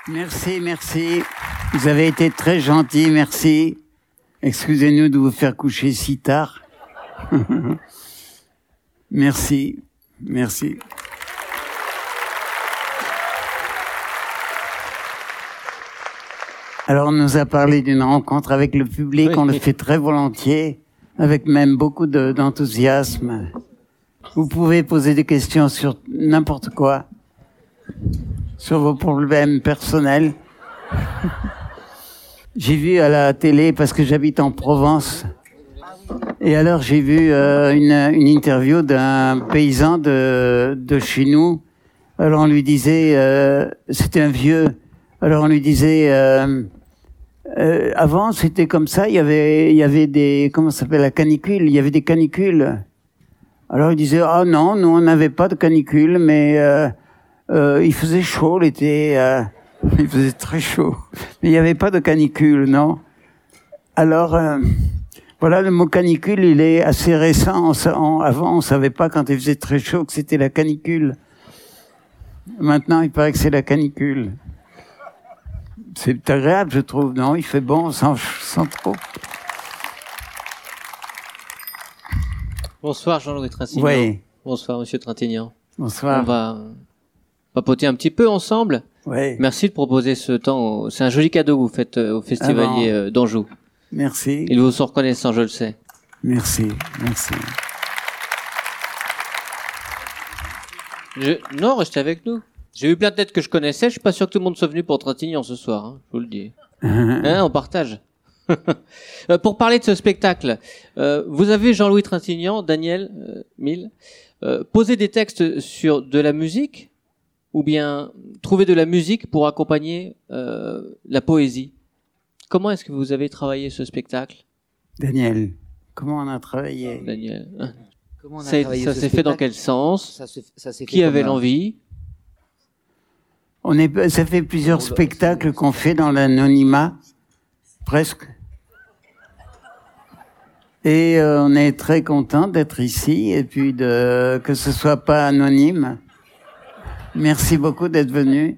Merci, merci. Vous avez été très gentil, merci. Excusez-nous de vous faire coucher si tard. Merci, merci. Alors, on nous a parlé d'une rencontre avec le public, on le fait très volontiers, avec même beaucoup d'enthousiasme. Vous pouvez poser des questions sur n'importe quoi, sur vos problèmes personnels. J'ai vu à la télé, parce que j'habite en Provence, et alors j'ai vu une interview d'un paysan de chez nous. Alors on lui disait, c'était un vieux, alors on lui disait, avant c'était comme ça, il y avait des, comment ça s'appelle, la canicule, il y avait des canicules. Alors il disait, ah non, nous on n'avait pas de canicule, mais il faisait chaud l'été, il faisait très chaud, mais il n'y avait pas de canicule, non. Alors voilà, le mot canicule, il est assez récent. Avant, on savait pas quand il faisait très chaud que c'était la canicule. Maintenant, il paraît que c'est la canicule. C'est agréable, je trouve, non? Il fait bon, sans trop. Bonsoir Jean-Louis Trintignant. Oui. Bonsoir Monsieur Trintignant. Bonsoir. On va papoter un petit peu ensemble. Oui. Merci de proposer ce temps. C'est un joli cadeau que vous faites au Festivalier d'Anjou. Merci. Ils vous sont reconnaissants, je le sais. Merci, merci. Non, restez avec nous. J'ai eu plein de têtes que je connaissais. Je suis pas sûr que tout le monde soit venu pour Trintignant ce soir. Hein, je vous le dis. On partage. Pour parler de ce spectacle, vous avez Jean-Louis Trintignant, Daniel Mille, posé des textes sur de la musique ou bien trouver de la musique pour accompagner la poésie. Comment est-ce que vous avez travaillé ce spectacle? Daniel, comment on a travaillé? Daniel, Comment on a ça travaillé ce s'est fait spectacle? dans quel sens? Ça s'est fait Qui avait comme l'envie? Ça fait plusieurs spectacles qu'on fait dans l'anonymat, presque. Et on est très content d'être ici et puis que ce soit pas anonyme. Merci beaucoup d'être venu.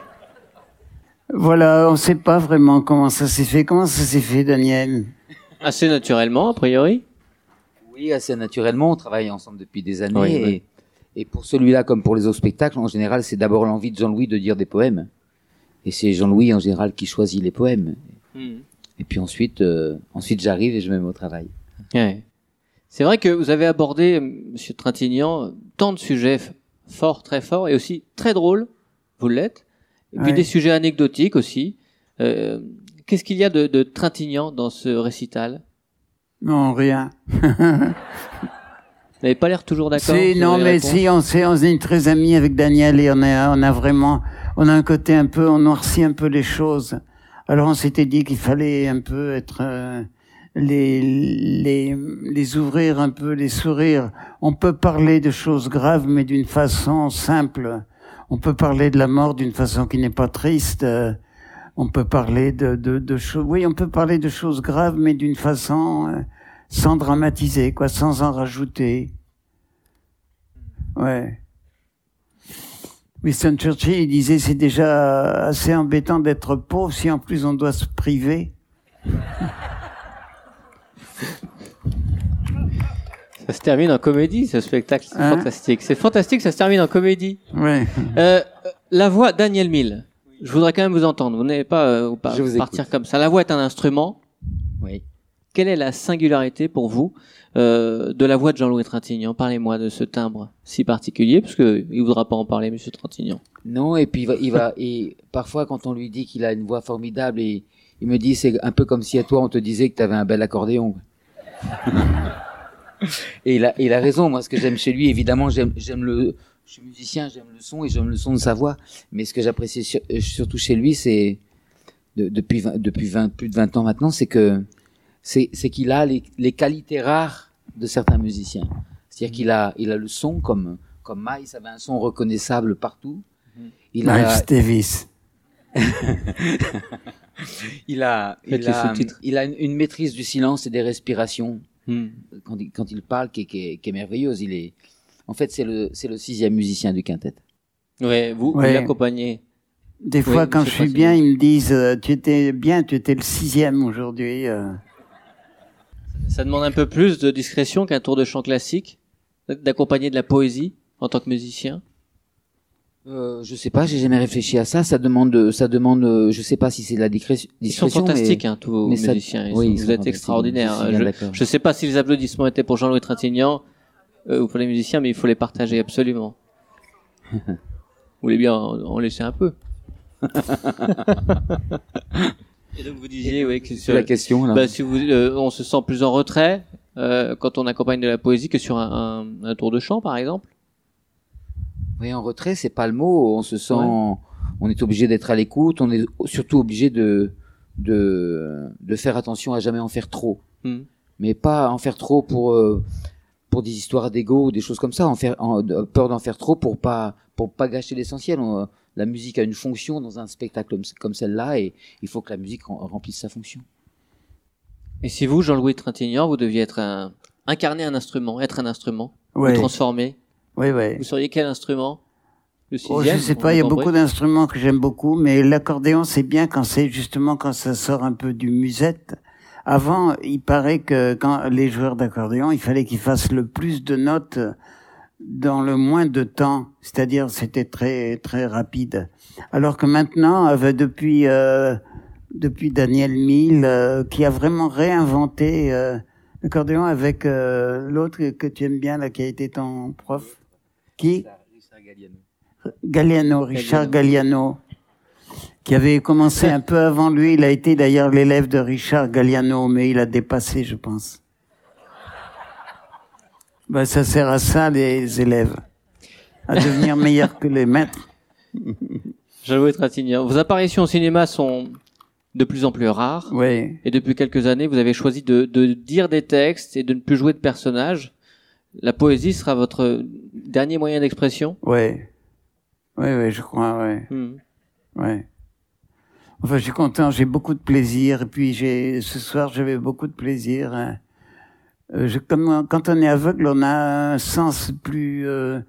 Voilà, on sait pas vraiment comment ça s'est fait. Comment ça s'est fait, Daniel? Assez naturellement, a priori. Oui, assez naturellement. On travaille ensemble depuis des années. Oui. Et pour celui-là, comme pour les autres spectacles, en général, c'est d'abord l'envie de Jean-Louis de dire des poèmes. Et c'est Jean-Louis, en général, qui choisit les poèmes. Et puis ensuite j'arrive et je me mets au travail. Ouais. C'est vrai que vous avez abordé, Monsieur Trintignant, tant de sujets forts, très forts, et aussi très drôles, vous l'êtes, et puis des sujets anecdotiques aussi. Qu'est-ce qu'il y a de Trintignant dans ce récital? Non, rien. Vous n'avez pas l'air toujours d'accord? Non, mais si, on est très amis avec Daniel et on a vraiment, on a un côté un peu, on noircit un peu les choses. Alors on s'était dit qu'il fallait un peu être, les ouvrir un peu, les sourire. On peut parler de choses graves, mais d'une façon simple. On peut parler de la mort d'une façon qui n'est pas triste. On peut parler de choses, oui, on peut parler de choses graves, mais d'une façon sans dramatiser, quoi, sans en rajouter. Ouais. Winston Churchill, il disait, c'est déjà assez embêtant d'être pauvre si en plus on doit se priver. Ça se termine en comédie, ce spectacle. C'est fantastique. C'est fantastique, ça se termine en comédie. Ouais. La voix, Daniel Mille. Je voudrais quand même vous entendre. Vous n'allez pas partir écoute. comme ça. La voix est un instrument. Oui. Quelle est la singularité pour vous de la voix de Jean-Louis Trintignant? Parlez-moi de ce timbre si particulier, parce que il voudra pas en parler, Monsieur Trintignant. Non, et puis et parfois quand on lui dit qu'il a une voix formidable, et il me dit c'est un peu comme si à toi on te disait que tu avais un bel accordéon. Et il a raison. Moi, ce que j'aime chez lui, évidemment, je suis musicien, j'aime le son et j'aime le son de sa voix. Mais ce que j'apprécie surtout chez lui, c'est depuis plus de 20 ans maintenant, c'est qu'il a les qualités rares de certains musiciens. C'est-à-dire qu'il a le son comme Miles avait un son reconnaissable partout. Miles Davis. il a une maîtrise du silence et des respirations quand il parle qui est merveilleuse. En fait, c'est le 6e musicien du quintet. Ouais, vous l'accompagnez Des fois, Oui, quand je monsieur suis bien, ils me disent tu étais bien, tu étais le 6e aujourd'hui. Ça demande un peu plus de discrétion qu'un tour de chant classique, d'accompagner de la poésie en tant que musicien. Je sais pas, j'ai jamais réfléchi à ça. Ça demande, je sais pas si c'est de la discrétion. Ils sont fantastiques, tous vos mais ça- musiciens. oui, Vous êtes extraordinaires. Je suis bien d'accord. Je sais pas si les applaudissements étaient pour Jean-Louis Trintignant ou pour les musiciens, mais il faut les partager absolument. Vous voulez bien en laisser un peu. Et donc vous disiez, oui, que C'est la question là. bah, si vous, on se sent plus en retrait quand on accompagne de la poésie que sur un tour de chant, par exemple. Oui, en retrait, c'est pas le mot. On se sent, Ouais. on est obligé d'être à l'écoute. On est surtout obligé de faire attention à jamais en faire trop. Mais pas en faire trop pour des histoires d'ego ou des choses comme ça. Peur d'en faire trop pour pas gâcher l'essentiel. La musique a une fonction dans un spectacle comme celle-là et il faut que la musique remplisse sa fonction. Et si vous, Jean-Louis Trintignant, vous deviez incarner un instrument, être un instrument, Ouais. le transformer, Oui, oui. vous seriez quel instrument? Le Oh, sixième, je sais on pas, il y a compris. beaucoup d'instruments que j'aime beaucoup, mais l'accordéon, c'est bien quand ça sort un peu du musette. Avant, il paraît que quand les joueurs d'accordéon, il fallait qu'ils fassent le plus de notes dans le moins de temps. C'est-à-dire, c'était très, très rapide. Alors que maintenant, depuis Daniel Mille, qui a vraiment réinventé l'accordéon avec l'autre que tu aimes bien, là, qui a été ton prof. Qui? Richard Galliano, qui avait commencé un peu avant lui. Il a été d'ailleurs l'élève de Richard Galliano, mais il a dépassé, je pense. Ben, ça sert à ça, les élèves, à devenir meilleurs que les maîtres. Jean-Louis Trintignant, vos apparitions au cinéma sont de plus en plus rares. Oui. Et depuis quelques années, vous avez choisi de dire des textes et de ne plus jouer de personnages. La poésie sera votre dernier moyen d'expression? Oui. Oui, je crois, oui. Ouais. Enfin, je suis content, j'ai beaucoup de plaisir. Et puis, ce soir, j'avais beaucoup de plaisir. Hein. Quand on est aveugle, on a un sens plus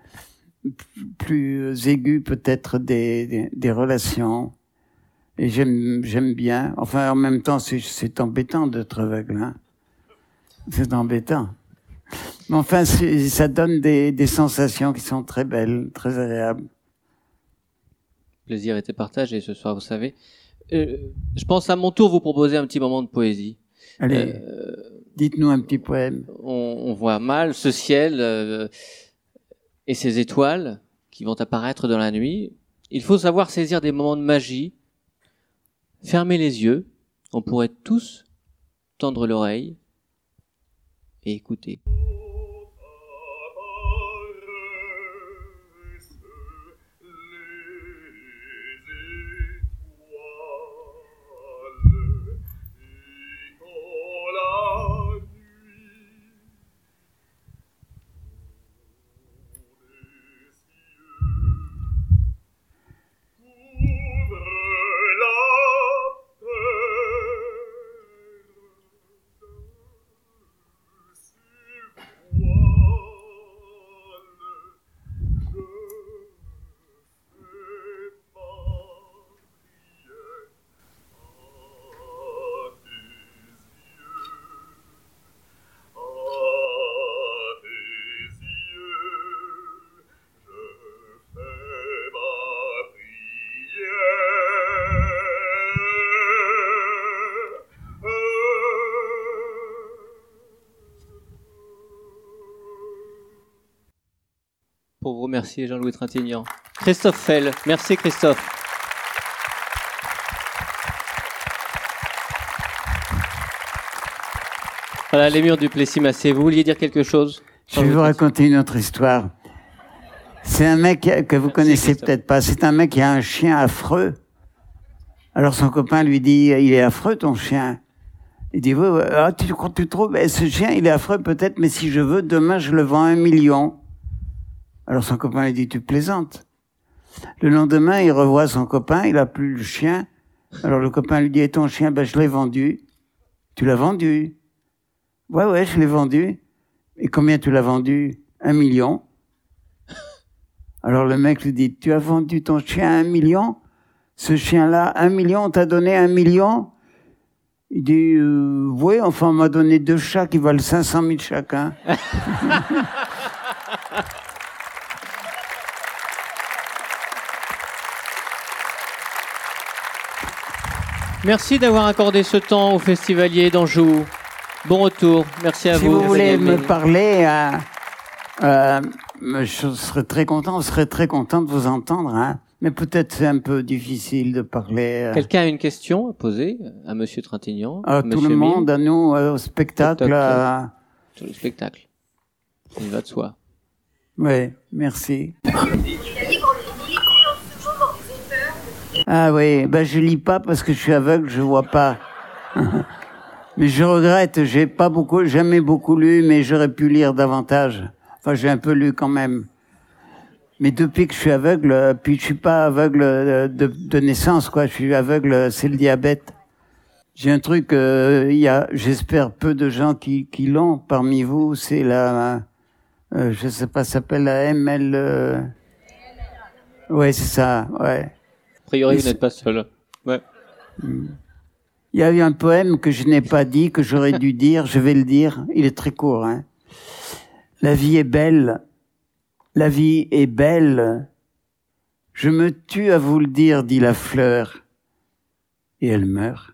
aigu, peut-être, des relations. Et j'aime bien. Enfin, en même temps, c'est embêtant d'être aveugle, hein. C'est embêtant. Mais enfin, ça donne des sensations qui sont très belles, très agréables. Le plaisir était partagé ce soir, vous savez. Je pense à mon tour vous proposer un petit moment de poésie. Allez, dites-nous un petit poème. On voit mal ce ciel et ces étoiles qui vont apparaître dans la nuit. Il faut savoir saisir des moments de magie. Fermer les yeux. On pourrait tous tendre l'oreille et écouter. Pour vous remercier, Jean-Louis Trintignant. Christophe Fell. Merci, Christophe. Voilà, les murs du Plessis-Massé. Vous vouliez dire quelque chose? Je vais vous raconter une autre histoire. C'est un mec que vous connaissez peut-être pas. C'est un mec qui a un chien affreux. Alors son copain lui dit, il est affreux ton chien. Il dit, tu trouves, ce chien il est affreux peut-être, mais si je veux, demain je le vends 1 million. Alors son copain lui dit, tu plaisantes. Le lendemain, il revoit son copain, il a plus le chien. Alors le copain lui dit, et ton chien, je l'ai vendu. Tu l'as vendu? Ouais, je l'ai vendu. Et combien tu l'as vendu? 1 million. Alors le mec lui dit, tu as vendu ton chien à 1 million? ce chien-là, 1 million, on t'a donné 1 million? Il dit, oui, enfin, on m'a donné 2 chats qui valent 500 000 chacun. Merci d'avoir accordé ce temps aux festivaliers d'Anjou. Bon retour. Merci à vous. Si vous voulez me parler, je serais très content. On serait très content de vous entendre. Hein. Mais peut-être c'est un peu difficile de parler. Quelqu'un a une question à poser à Monsieur Trintignant? À tout le monde, à nous, au spectacle. Tout le spectacle. Il va de soi. Oui, merci. Ah oui, ben je lis pas parce que je suis aveugle, je vois pas. Mais je regrette, j'ai jamais beaucoup lu, mais j'aurais pu lire davantage. Enfin, j'ai un peu lu quand même. Mais depuis que je suis aveugle, puis je suis pas aveugle de naissance, quoi. Je suis aveugle, c'est le diabète. J'ai un truc, il y a, j'espère, peu de gens qui l'ont parmi vous. C'est la, je sais pas, ça s'appelle la ML. Ouais, c'est ça, ouais. A priori, vous n'êtes pas seul. Ouais. Il y a eu un poème que je n'ai pas dit, que j'aurais dû dire, je vais le dire. Il est très court, hein. La vie est belle. La vie est belle. Je me tue à vous le dire, dit la fleur. Et elle meurt.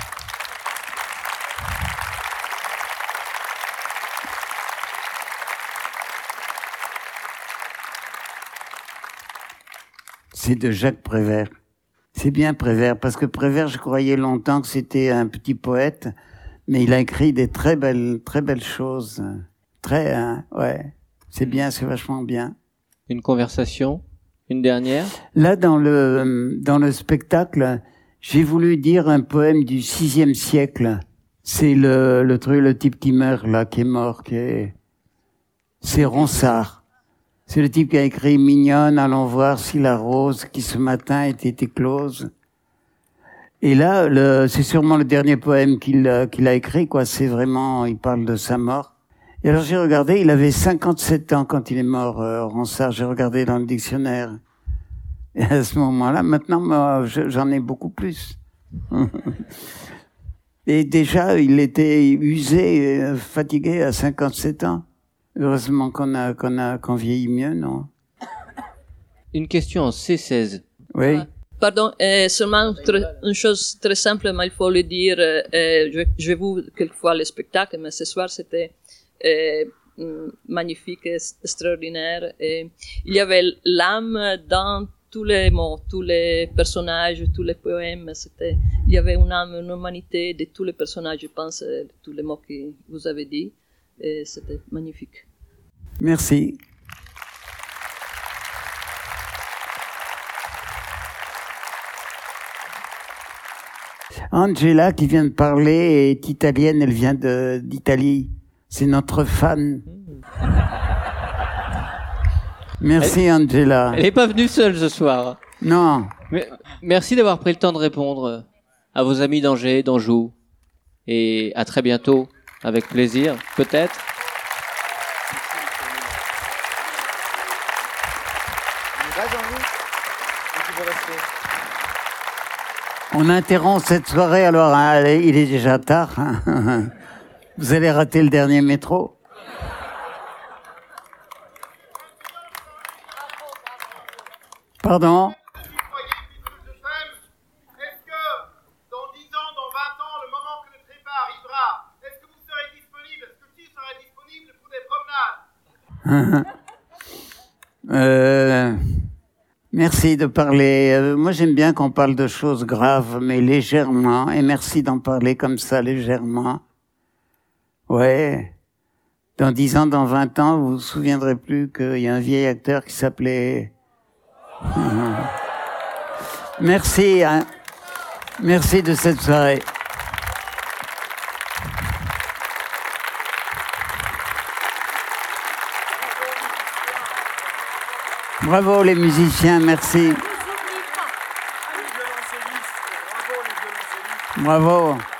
C'est de Jacques Prévert. C'est bien Prévert, parce que Prévert, je croyais longtemps que c'était un petit poète, mais il a écrit des très belles choses. Très, hein, ouais. C'est bien, c'est vachement bien. Une conversation, une dernière. Là, dans le spectacle, j'ai voulu dire un poème du VIe siècle. C'est le type qui meurt, là, qui est mort, c'est Ronsard. C'est le type qui a écrit « Mignonne, allons voir si la rose qui ce matin était éclose ». Et là, c'est sûrement le dernier poème qu'il a écrit, quoi. C'est vraiment, il parle de sa mort. Et alors j'ai regardé, il avait 57 ans quand il est mort, Ronsard. J'ai regardé dans le dictionnaire. Et à ce moment-là, maintenant, moi, j'en ai beaucoup plus. Et déjà, il était usé, fatigué à 57 ans. Heureusement qu'on vieillit mieux, non? Une question en C16. Oui. Pardon, seulement une chose très simple, mais il faut le dire. J'ai vu quelquefois le spectacle, mais ce soir c'était magnifique, extraordinaire. Et il y avait l'âme dans tous les mots, tous les personnages, tous les poèmes. Il y avait une âme, une humanité de tous les personnages, je pense, tous les mots que vous avez dit. Et c'était magnifique. Merci. Angela, qui vient de parler, est italienne, elle vient d'Italie. C'est notre fan. Merci, Angela. Elle n'est pas venue seule ce soir. Non. Mais, merci d'avoir pris le temps de répondre à vos amis d'Angers, d'Anjou. Et à très bientôt. Avec plaisir, peut-être. On interrompt cette soirée, alors hein, il est déjà tard. Hein. Vous allez rater le dernier métro. Pardon? Merci de parler. Moi, j'aime bien qu'on parle de choses graves, mais légèrement. Et merci d'en parler comme ça, légèrement. Ouais. Dans 10 ans, dans 20 ans, vous vous souviendrez plus qu'il y a un vieil acteur qui s'appelait... Merci, hein. Merci de cette soirée. Bravo les musiciens, merci. Bravo.